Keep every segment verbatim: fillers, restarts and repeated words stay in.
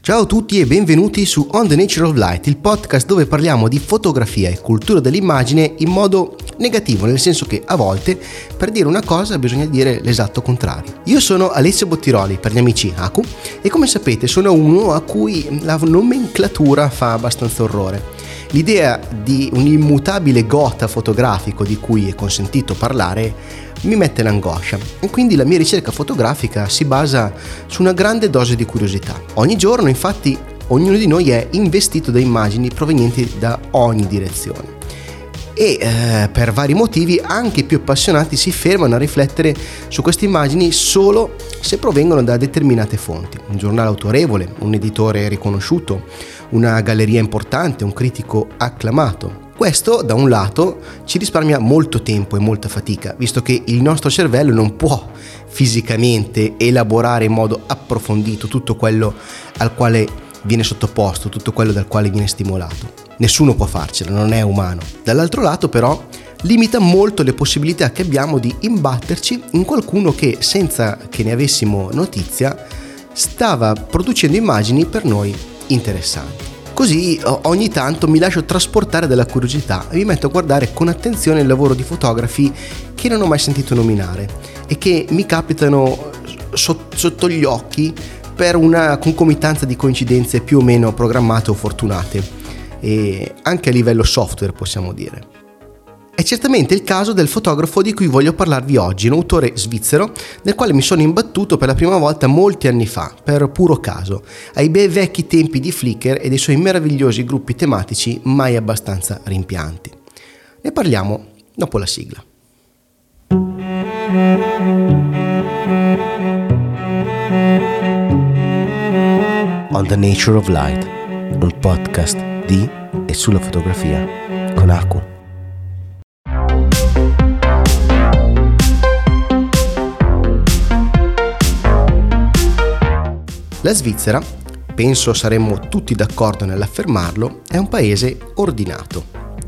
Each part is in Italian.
Ciao a tutti e benvenuti su On the Nature of Light, il podcast dove parliamo di fotografia e cultura dell'immagine in modo negativo, nel senso che a volte per dire una cosa bisogna dire l'esatto contrario. Io sono Alessio Bottiroli, per gli amici Aku, e come sapete sono uno a cui la nomenclatura fa abbastanza orrore. L'idea di un immutabile gotha fotografico di cui è consentito parlare mi mette l'angoscia e quindi la mia ricerca fotografica si basa su una grande dose di curiosità. Ogni giorno, infatti, ognuno di noi è investito da immagini provenienti da ogni direzione e eh, per vari motivi anche i più appassionati si fermano a riflettere su queste immagini solo se provengono da determinate fonti: un giornale autorevole, un editore riconosciuto, una galleria importante, un critico acclamato. Questo, da un lato, ci risparmia molto tempo e molta fatica, visto che il nostro cervello non può fisicamente elaborare in modo approfondito tutto quello al quale viene sottoposto, tutto quello dal quale viene stimolato. Nessuno può farcelo, non è umano. Dall'altro lato, però, limita molto le possibilità che abbiamo di imbatterci in qualcuno che, senza che ne avessimo notizia, stava producendo immagini per noi interessanti. Così ogni tanto mi lascio trasportare dalla curiosità e mi metto a guardare con attenzione il lavoro di fotografi che non ho mai sentito nominare e che mi capitano sotto gli occhi per una concomitanza di coincidenze più o meno programmate o fortunate, e anche a livello software possiamo dire. È certamente il caso del fotografo di cui voglio parlarvi oggi, un autore svizzero nel quale mi sono imbattuto per la prima volta molti anni fa, per puro caso, ai bei vecchi tempi di Flickr e dei suoi meravigliosi gruppi tematici mai abbastanza rimpianti. Ne parliamo dopo la sigla. On the Nature of Light, un podcast di e sulla fotografia con Aku. La Svizzera, penso saremmo tutti d'accordo nell'affermarlo, è un paese ordinato.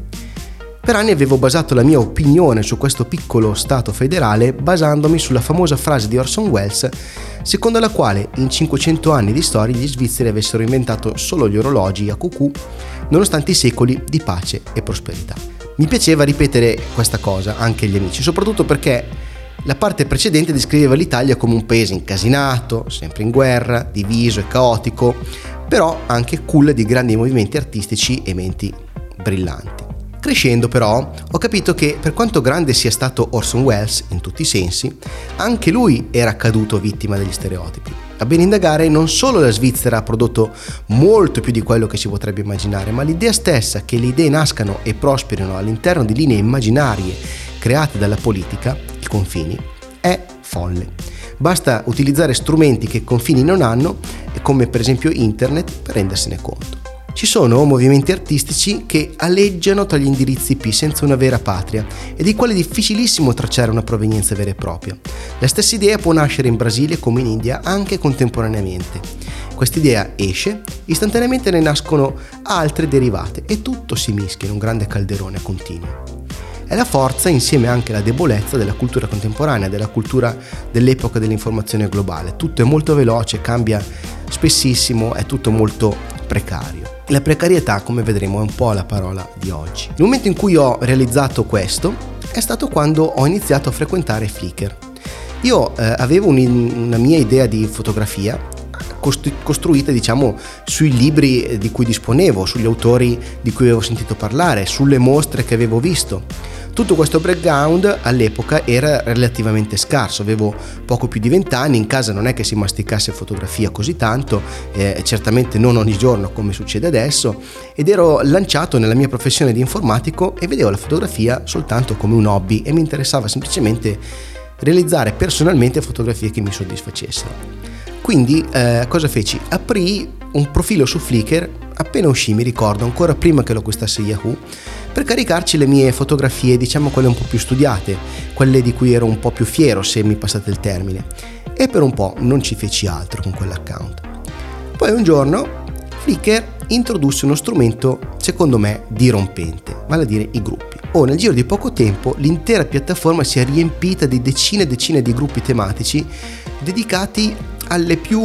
Per anni avevo basato la mia opinione su questo piccolo stato federale basandomi sulla famosa frase di Orson Welles, secondo la quale in cinquecento anni di storia gli svizzeri avessero inventato solo gli orologi a cucù, nonostante i secoli di pace e prosperità. Mi piaceva ripetere questa cosa anche agli amici, soprattutto perché la parte precedente descriveva l'Italia come un paese incasinato, sempre in guerra, diviso e caotico, però anche culla di grandi movimenti artistici e menti brillanti. Crescendo però ho capito che per quanto grande sia stato Orson Welles in tutti i sensi, anche lui era caduto vittima degli stereotipi. A ben indagare, non solo la Svizzera ha prodotto molto più di quello che si potrebbe immaginare, ma l'idea stessa che le idee nascano e prosperino all'interno di linee immaginarie create dalla politica, i confini, è folle. Basta utilizzare strumenti che confini non hanno, come per esempio internet, per rendersene conto. Ci sono movimenti artistici che aleggiano tra gli indirizzi I P senza una vera patria e dei quali è difficilissimo tracciare una provenienza vera e propria. La stessa idea può nascere in Brasile come in India anche contemporaneamente. Quest'idea esce, istantaneamente ne nascono altre derivate e tutto si mischia in un grande calderone continuo. È la forza, insieme anche alla debolezza, della cultura contemporanea, della cultura dell'epoca dell'informazione globale. Tutto è molto veloce, cambia spessissimo, è tutto molto precario. La precarietà, come vedremo, è un po' la parola di oggi. Il momento in cui ho realizzato questo è stato quando ho iniziato a frequentare Flickr. Io eh, avevo un, una mia idea di fotografia costruita, diciamo, sui libri di cui disponevo, sugli autori di cui avevo sentito parlare, sulle mostre che avevo visto. Tutto questo background all'epoca era relativamente scarso, avevo poco più di vent'anni, in casa non è che si masticasse fotografia così tanto, eh, certamente non ogni giorno come succede adesso, ed ero lanciato nella mia professione di informatico e vedevo la fotografia soltanto come un hobby e mi interessava semplicemente realizzare personalmente fotografie che mi soddisfacessero. Quindi eh, cosa feci? Aprì un profilo su Flickr appena uscì, mi ricordo, ancora prima che lo acquistasse Yahoo, per caricarci le mie fotografie, diciamo quelle un po' più studiate, quelle di cui ero un po' più fiero, se mi passate il termine, e per un po' non ci feci altro con quell'account. Poi un giorno Flickr introdusse uno strumento, secondo me, dirompente, vale a dire i gruppi. Oh, nel giro di poco tempo l'intera piattaforma si è riempita di decine e decine di gruppi tematici dedicati alle più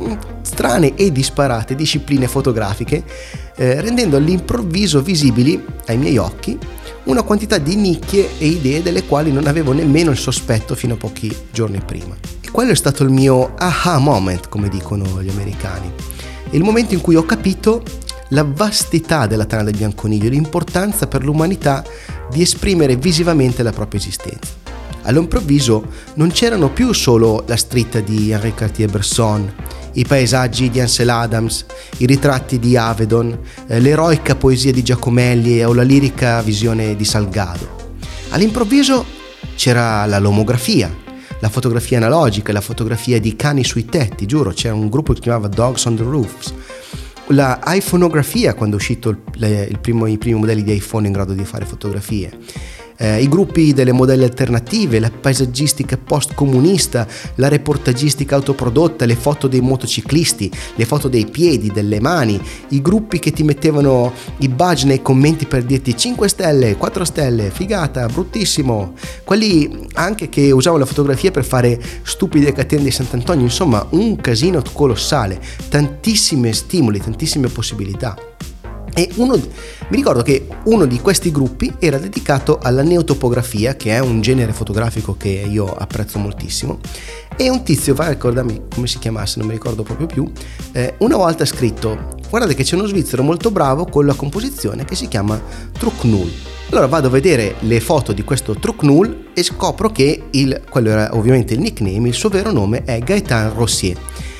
mh, strane e disparate discipline fotografiche, eh, rendendo all'improvviso visibili ai miei occhi una quantità di nicchie e idee delle quali non avevo nemmeno il sospetto fino a pochi giorni prima. E quello è stato il mio aha moment, come dicono gli americani, il momento in cui ho capito la vastità della tana del bianconiglio e l'importanza per l'umanità di esprimere visivamente la propria esistenza. All'improvviso non c'erano più solo la scritta di Henri Cartier-Bresson, i paesaggi di Ansel Adams, i ritratti di Avedon, eh, l'eroica poesia di Giacomelli o la lirica visione di Salgado. All'improvviso c'era la lomografia, la fotografia analogica, la fotografia di cani sui tetti, giuro, c'era un gruppo che si chiamava Dogs on the Roofs, la iPhoneografia, quando è uscito il, le, il primo, i primi modelli di iPhone in grado di fare fotografie, eh, i gruppi delle modelle alternative, la paesaggistica post-comunista, la reportagistica autoprodotta, le foto dei motociclisti, le foto dei piedi, delle mani, i gruppi che ti mettevano i badge nei commenti per dirti cinque stelle, quattro stelle, figata, bruttissimo, quelli anche che usavano la fotografia per fare stupide catene di Sant'Antonio, insomma un casino colossale, tantissimi stimoli, tantissime possibilità. E uno, mi ricordo che uno di questi gruppi era dedicato alla neotopografia, che è un genere fotografico che io apprezzo moltissimo, e un tizio, va a ricordarmi come si chiamasse, non mi ricordo proprio più, eh, una volta ha scritto: guardate che c'è uno svizzero molto bravo con la composizione che si chiama Trucknull. Allora vado a vedere le foto di questo Trucknull e scopro che il, quello era ovviamente il nickname, il suo vero nome è Gaëtan Rossier,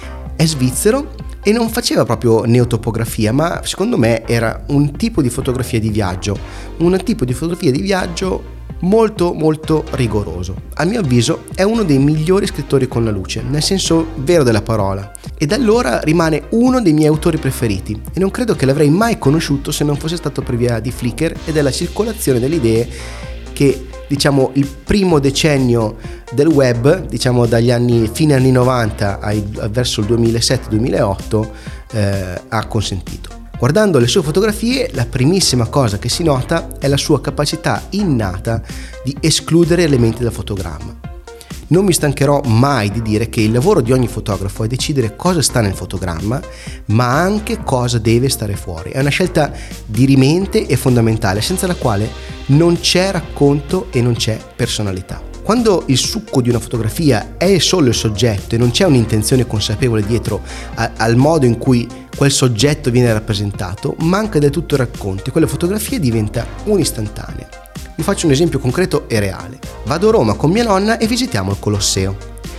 è svizzero e non faceva proprio neotopografia, ma secondo me era un tipo di fotografia di viaggio, un tipo di fotografia di viaggio molto molto rigoroso. A mio avviso è uno dei migliori scrittori con la luce, nel senso vero della parola, e da allora rimane uno dei miei autori preferiti e non credo che l'avrei mai conosciuto se non fosse stato per via di Flickr e della circolazione delle idee che, diciamo, il primo decennio del web, diciamo dagli anni fine anni novanta ai, verso il duemilasette duemilaotto, eh, ha consentito. Guardando le sue fotografie, la primissima cosa che si nota è la sua capacità innata di escludere elementi dal fotogramma. Non mi stancherò mai di dire che il lavoro di ogni fotografo è decidere cosa sta nel fotogramma, ma anche cosa deve stare fuori. È una scelta dirimente e fondamentale, senza la quale non c'è racconto e non c'è personalità. Quando il succo di una fotografia è solo il soggetto e non c'è un'intenzione consapevole dietro a, al modo in cui quel soggetto viene rappresentato, manca del tutto il racconto e quella fotografia diventa un'istantanea. Vi faccio un esempio concreto e reale. Vado a Roma con mia nonna e visitiamo il Colosseo.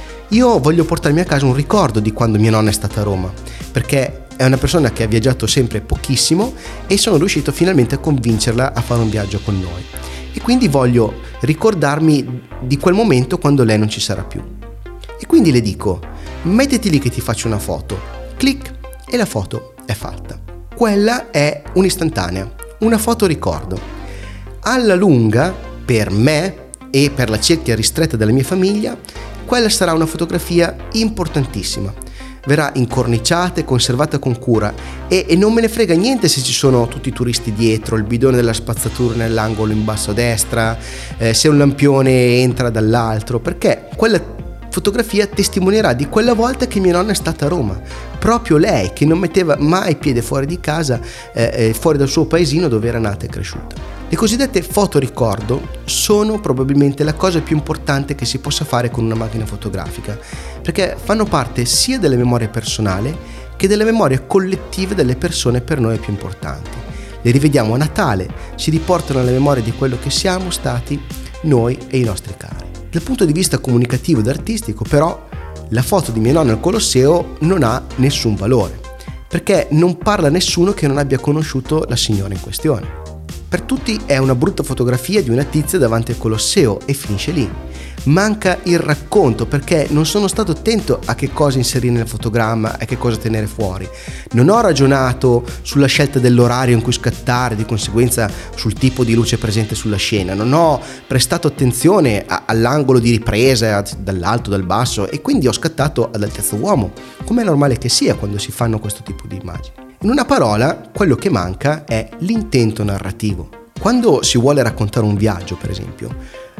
Io voglio portarmi a casa un ricordo di quando mia nonna è stata a Roma, perché è una persona che ha viaggiato sempre pochissimo e sono riuscito finalmente a convincerla a fare un viaggio con noi. E quindi voglio ricordarmi di quel momento quando lei non ci sarà più. E quindi le dico: mettiti lì che ti faccio una foto. Clic, e la foto è fatta. Quella è un'istantanea, una foto ricordo. Alla lunga, per me e per la cerchia ristretta della mia famiglia, quella sarà una fotografia importantissima. Verrà incorniciata e conservata con cura e, e non me ne frega niente se ci sono tutti i turisti dietro, il bidone della spazzatura nell'angolo in basso a destra, eh, se un lampione entra dall'altro, perché quella fotografia testimonierà di quella volta che mia nonna è stata a Roma, proprio lei che non metteva mai piede fuori di casa, eh, fuori dal suo paesino dove era nata e cresciuta. Le cosiddette foto ricordo sono probabilmente la cosa più importante che si possa fare con una macchina fotografica, perché fanno parte sia della memoria personale che delle memorie collettive delle persone per noi più importanti. Le rivediamo a Natale, ci riportano alla memoria di quello che siamo stati noi e i nostri cari. Dal punto di vista comunicativo ed artistico, però, la foto di mia nonna al Colosseo non ha nessun valore, perché non parla nessuno che non abbia conosciuto la signora in questione. Per tutti è una brutta fotografia di una tizia davanti al Colosseo e finisce lì. Manca il racconto perché non sono stato attento a che cosa inserire nel fotogramma e che cosa tenere fuori. Non ho ragionato sulla scelta dell'orario in cui scattare, di conseguenza sul tipo di luce presente sulla scena. Non ho prestato attenzione a, all'angolo di ripresa dall'alto, dal basso, e quindi ho scattato ad altezza uomo, come è normale che sia quando si fanno questo tipo di immagini. In una parola, quello che manca è l'intento narrativo. Quando si vuole raccontare un viaggio, per esempio,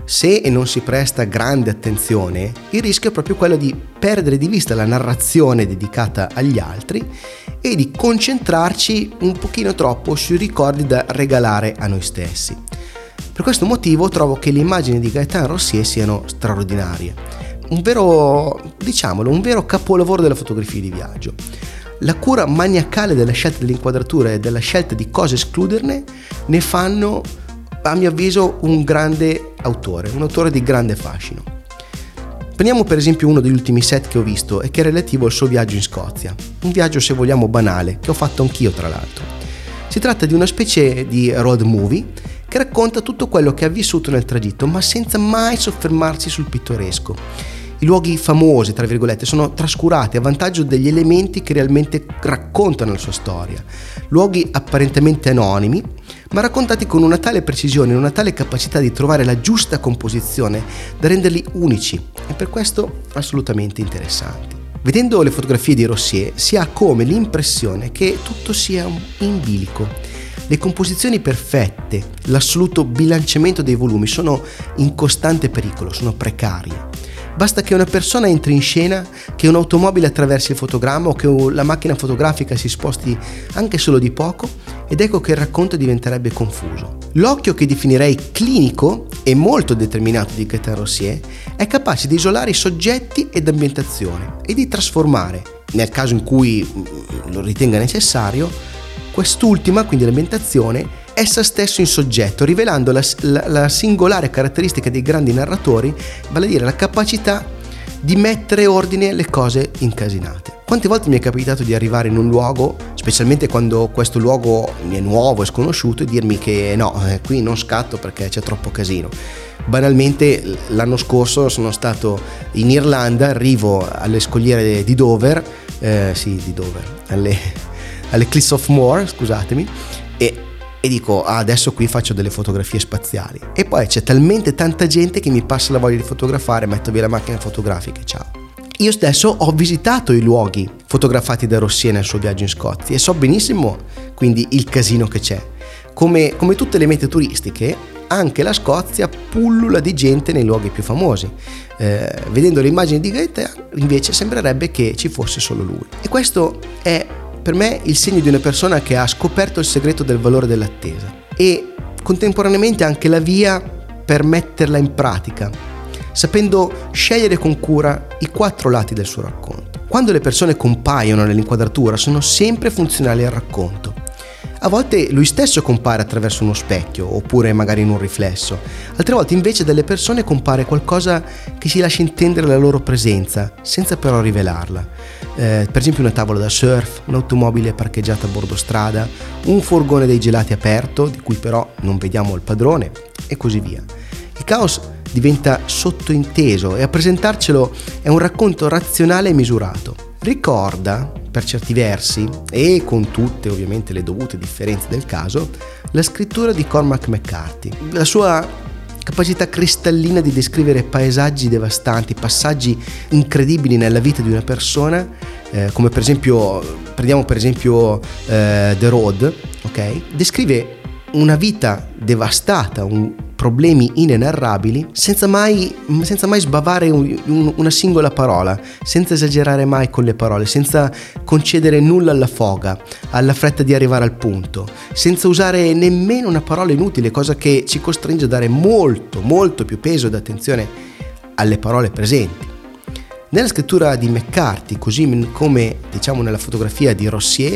Se non si presta grande attenzione, il rischio è proprio quello di perdere di vista la narrazione dedicata agli altri e di concentrarci un pochino troppo sui ricordi da regalare a noi stessi. Per questo motivo trovo che le immagini di Gaëtan Rossier siano straordinarie. Un vero, diciamolo, un vero capolavoro della fotografia di viaggio. La cura maniacale della scelta dell'inquadratura e della scelta di cosa escluderne ne fanno, a mio avviso, un grande autore, un autore di grande fascino. Prendiamo per esempio uno degli ultimi set che ho visto e che è relativo al suo viaggio in Scozia. Un viaggio, se vogliamo, banale, che ho fatto anch'io tra l'altro. Si tratta di una specie di road movie che racconta tutto quello che ha vissuto nel tragitto, ma senza mai soffermarsi sul pittoresco. I luoghi famosi, tra virgolette, sono trascurati a vantaggio degli elementi che realmente raccontano la sua storia. Luoghi apparentemente anonimi, ma raccontati con una tale precisione, una tale capacità di trovare la giusta composizione da renderli unici e per questo assolutamente interessanti. Vedendo le fotografie di Rossier si ha come l'impressione che tutto sia in bilico. Le composizioni perfette, l'assoluto bilanciamento dei volumi sono in costante pericolo, sono precarie. Basta che una persona entri in scena, che un'automobile attraversi il fotogramma o che la macchina fotografica si sposti anche solo di poco ed ecco che il racconto diventerebbe confuso. L'occhio che definirei clinico e molto determinato di Gaëtan Rossier è capace di isolare i soggetti ed ambientazione e di trasformare, nel caso in cui lo ritenga necessario, quest'ultima, quindi l'ambientazione, essa stesso in soggetto, rivelando la, la, la singolare caratteristica dei grandi narratori, vale a dire la capacità di mettere ordine alle cose incasinate. Quante volte mi è capitato di arrivare in un luogo, specialmente quando questo luogo mi è nuovo e sconosciuto, e dirmi che no, eh, qui non scatto perché c'è troppo casino. Banalmente l'anno scorso sono stato in Irlanda, arrivo alle scogliere di Dover, eh, sì di Dover, alle, alle Cliffs of Moher, scusatemi, e E dico, ah, adesso qui faccio delle fotografie spaziali. E poi c'è talmente tanta gente che mi passa la voglia di fotografare, metto via la macchina fotografica e ciao. Io stesso ho visitato i luoghi fotografati da Rossier nel suo viaggio in Scozia e so benissimo quindi il casino che c'è. Come, come tutte le mete turistiche, anche la Scozia pullula di gente nei luoghi più famosi. Eh, vedendo le immagini di Gaëtan invece sembrerebbe che ci fosse solo lui. E questo è per me il segno di una persona che ha scoperto il segreto del valore dell'attesa e contemporaneamente anche la via per metterla in pratica, sapendo scegliere con cura i quattro lati del suo racconto. Quando le persone compaiono nell'inquadratura sono sempre funzionali al racconto. A volte lui stesso compare attraverso uno specchio oppure magari in un riflesso, altre volte invece dalle persone compare qualcosa che si lascia intendere la loro presenza senza però rivelarla. Eh, per esempio una tavola da surf, un'automobile parcheggiata a bordo strada, un furgone dei gelati aperto di cui però non vediamo il padrone e così via. Il caos diventa sottointeso e a presentarcelo è un racconto razionale e misurato. Ricorda, per certi versi, e con tutte ovviamente le dovute differenze del caso, la scrittura di Cormac McCarthy. La sua capacità cristallina di descrivere paesaggi devastanti, passaggi incredibili nella vita di una persona, eh, come per esempio, prendiamo per esempio eh, The Road, ok? Descrive una vita devastata, un, problemi inenarrabili, senza mai, senza mai sbavare un, un, una singola parola, senza esagerare mai con le parole, senza concedere nulla alla foga, alla fretta di arrivare al punto, senza usare nemmeno una parola inutile, cosa che ci costringe a dare molto, molto più peso ed attenzione alle parole presenti. Nella scrittura di McCarthy, così come diciamo nella fotografia di Rossier,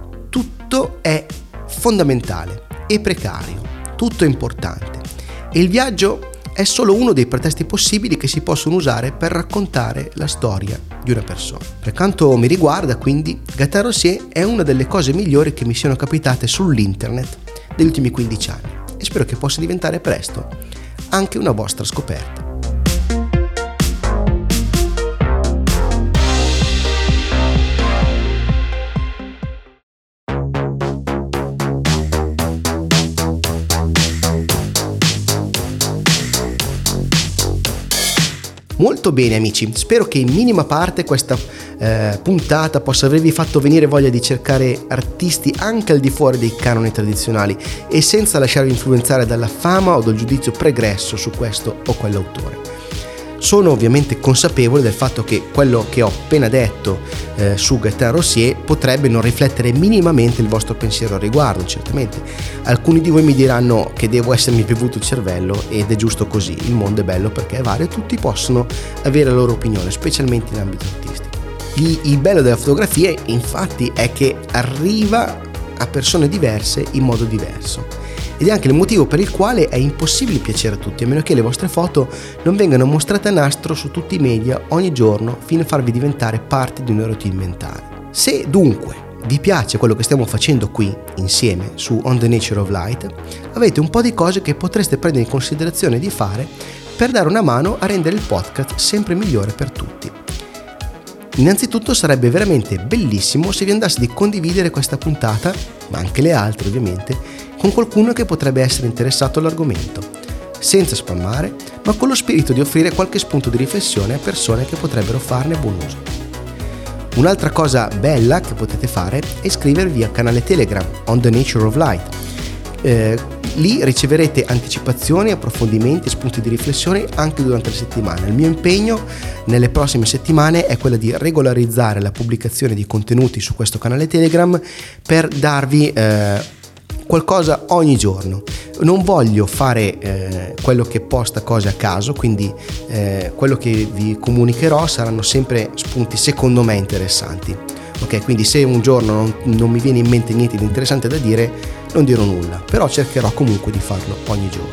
tutto è fondamentale e precario, tutto è importante. E il viaggio è solo uno dei pretesti possibili che si possono usare per raccontare la storia di una persona. Per quanto mi riguarda, quindi, Gaëtan Rossier è una delle cose migliori che mi siano capitate sull'internet degli ultimi quindici anni e spero che possa diventare presto anche una vostra scoperta. Molto bene amici, spero che in minima parte questa eh, puntata possa avervi fatto venire voglia di cercare artisti anche al di fuori dei canoni tradizionali e senza lasciarvi influenzare dalla fama o dal giudizio pregresso su questo o quell'autore. Sono ovviamente consapevole del fatto che quello che ho appena detto eh, su Gaëtan Rossier potrebbe non riflettere minimamente il vostro pensiero al riguardo, certamente. Alcuni di voi mi diranno che devo essermi bevuto il cervello ed è giusto così, il mondo è bello perché è vario e tutti possono avere la loro opinione, specialmente in ambito artistico. Il, il bello della fotografia infatti è che arriva a persone diverse in modo diverso. Ed è anche il motivo per il quale è impossibile piacere a tutti, a meno che le vostre foto non vengano mostrate a nastro su tutti i media ogni giorno fino a farvi diventare parte di una routine mentale. Se dunque vi piace quello che stiamo facendo qui insieme su On the Nature of Light, avete un po' di cose che potreste prendere in considerazione di fare per dare una mano a rendere il podcast sempre migliore per tutti. Innanzitutto sarebbe veramente bellissimo se vi andasse di condividere questa puntata, ma anche le altre ovviamente, con qualcuno che potrebbe essere interessato all'argomento, senza spammare, ma con lo spirito di offrire qualche spunto di riflessione a persone che potrebbero farne buon uso. Un'altra cosa bella che potete fare è iscrivervi al canale Telegram On the Nature of Light. Eh, lì riceverete anticipazioni, approfondimenti e spunti di riflessione anche durante la settimana. Il mio impegno nelle prossime settimane è quello di regolarizzare la pubblicazione di contenuti su questo canale Telegram per darvi eh, qualcosa ogni giorno. Non voglio fare eh, quello che posta cose a caso, quindi eh, quello che vi comunicherò saranno sempre spunti secondo me interessanti. Ok, quindi se un giorno non, non mi viene in mente niente di interessante da dire, non dirò nulla, però cercherò comunque di farlo ogni giorno.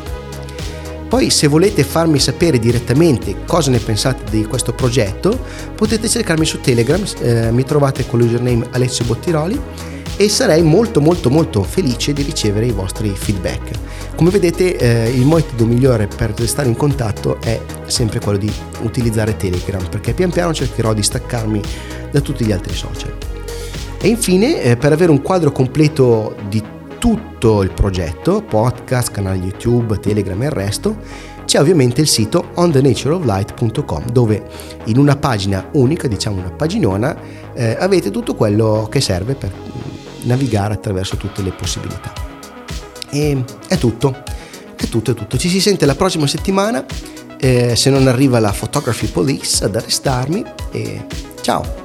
Poi se volete farmi sapere direttamente cosa ne pensate di questo progetto, potete cercarmi su Telegram, eh, mi trovate con l'username Alessio Bottiroli e sarei molto molto molto felice di ricevere i vostri feedback. Come vedete eh, il metodo migliore per restare in contatto è sempre quello di utilizzare Telegram, perché pian piano cercherò di staccarmi da tutti gli altri social. E infine eh, per avere un quadro completo di tutto il progetto, podcast, canale YouTube, Telegram e il resto, c'è ovviamente il sito on the nature of light punto com, dove in una pagina unica, diciamo una paginona, eh, avete tutto quello che serve per navigare attraverso tutte le possibilità. E è tutto, è tutto, è tutto. Ci si sente la prossima settimana, eh, se non arriva la Photography Police ad arrestarmi, e ciao!